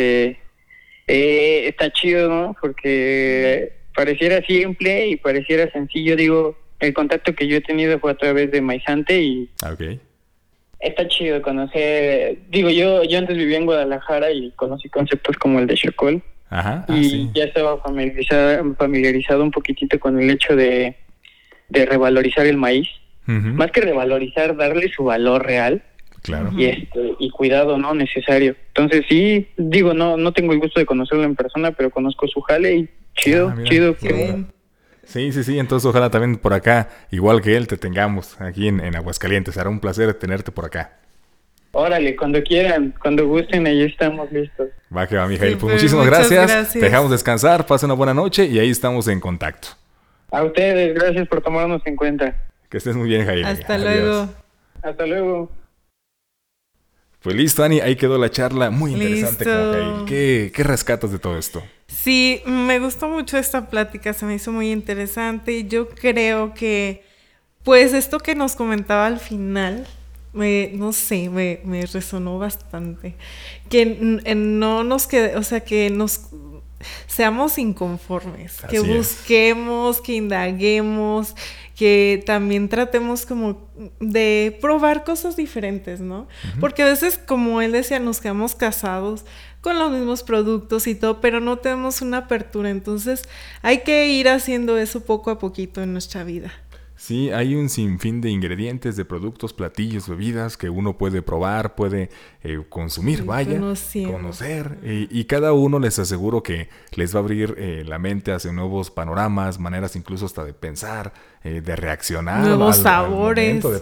está chido, ¿no? Porque pareciera simple y pareciera sencillo, digo, el contacto que yo he tenido fue a través de Maizante y Ah, ok. está chido conocer, digo, yo antes vivía en Guadalajara y conocí conceptos como el de Chocol Ajá, y sí. ya estaba familiarizado un poquitito con el hecho de revalorizar el maíz, Ujú, más que revalorizar, darle su valor real. claro. Y cuidado no necesario. Entonces sí, digo, no tengo el gusto de conocerlo en persona, pero conozco su jale y chido, Ah, mira. chido. Qué bien. Sí. Entonces ojalá también por acá, igual que él, te tengamos aquí en Aguascalientes. Será un placer tenerte por acá. Órale, cuando quieran, cuando gusten, ahí estamos listos. Va que va, Mijail. Pues Súper, muchísimas muchas gracias. Te gracias. dejamos descansar. Pasa una buena noche y ahí estamos en contacto. A ustedes, gracias por tomarnos en cuenta. Que estés muy bien, Jail. Hasta Adiós. luego. Hasta luego. Pues listo, Ani, ahí quedó la charla muy interesante Listo. con Jail. ¿Qué rescatas de todo esto? Sí, me gustó mucho esta plática, se me hizo muy interesante y yo creo que, pues esto que nos comentaba al final, no sé, me resonó bastante. Que no nos quede, o sea, que nos seamos inconformes, que Así es. busquemos, que indaguemos, que también tratemos como de probar cosas diferentes, ¿no? Porque a veces, como él decía, nos quedamos casados con los mismos productos y todo, pero no tenemos una apertura, entonces hay que ir haciendo eso poco a poquito en nuestra vida. Sí, hay un sinfín de ingredientes, de productos, platillos, bebidas que uno puede probar, puede consumir, Sí, vaya, conociendo. conocer. Y cada uno les aseguro que les va a abrir la mente hacia nuevos panoramas, maneras incluso hasta de pensar, de reaccionar. Nuevos al sabores. momento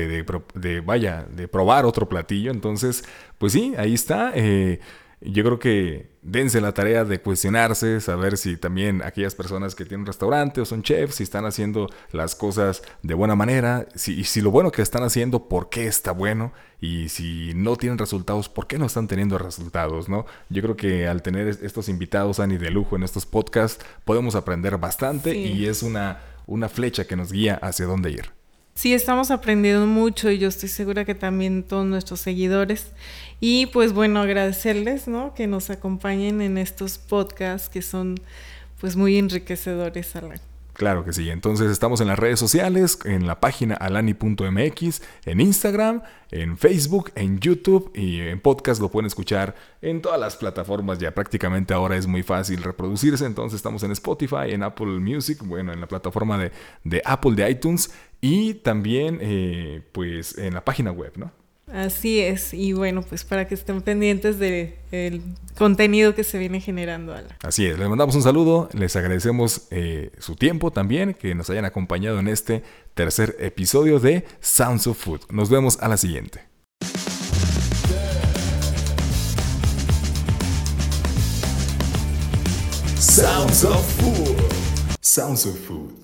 de probar otro platillo. Entonces, pues sí, ahí está. Yo creo que dense la tarea de cuestionarse, saber si también aquellas personas que tienen un restaurante o son chefs, si están haciendo las cosas de buena manera, si lo bueno que están haciendo, por qué está bueno, y si no tienen resultados, por qué no están teniendo resultados, ¿no? Yo creo que al tener estos invitados, Ani, de lujo en estos podcasts, podemos aprender bastante Sí. y es una flecha que nos guía hacia dónde ir. Sí, estamos aprendiendo mucho y yo estoy segura que también todos nuestros seguidores. Y pues bueno, agradecerles, ¿no? Que nos acompañen en estos podcasts que son pues muy enriquecedores, Alan. Claro que sí. Entonces estamos en las redes sociales, en la página alani.mx, en Instagram, en Facebook, en YouTube y en podcast lo pueden escuchar en todas las plataformas. Ya prácticamente ahora es muy fácil reproducirse. Entonces estamos en Spotify, en Apple Music, bueno, en la plataforma de Apple, de iTunes y también pues en la página web, ¿no? Así es, y bueno, pues para que estén pendientes del contenido que se viene generando, Alan. Así es, les mandamos un saludo, les agradecemos su tiempo también, que nos hayan acompañado en este tercer episodio de Sounds of Food. Nos vemos a la siguiente. Sounds of Food. Sounds of Food.